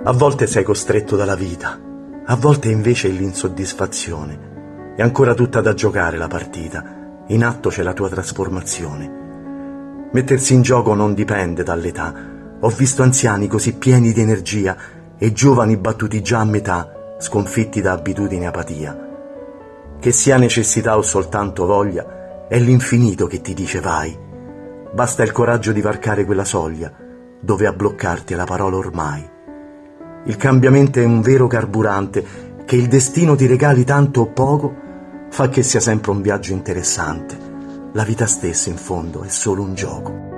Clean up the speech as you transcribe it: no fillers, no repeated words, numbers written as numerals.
A volte sei costretto dalla vita, a volte invece è l'insoddisfazione. È ancora tutta da giocare la partita, in atto c'è la tua trasformazione. Mettersi in gioco non dipende dall'età. Ho visto anziani così pieni di energia e giovani battuti già a metà, sconfitti da abitudine e apatia. Che sia necessità o soltanto voglia, è l'infinito che ti dice vai. Basta il coraggio di varcare quella soglia, dove a bloccarti è la parola ormai. Il cambiamento è un vero carburante, che il destino ti regali tanto o poco, fa che sia sempre un viaggio interessante. La vita stessa, in fondo, è solo un gioco.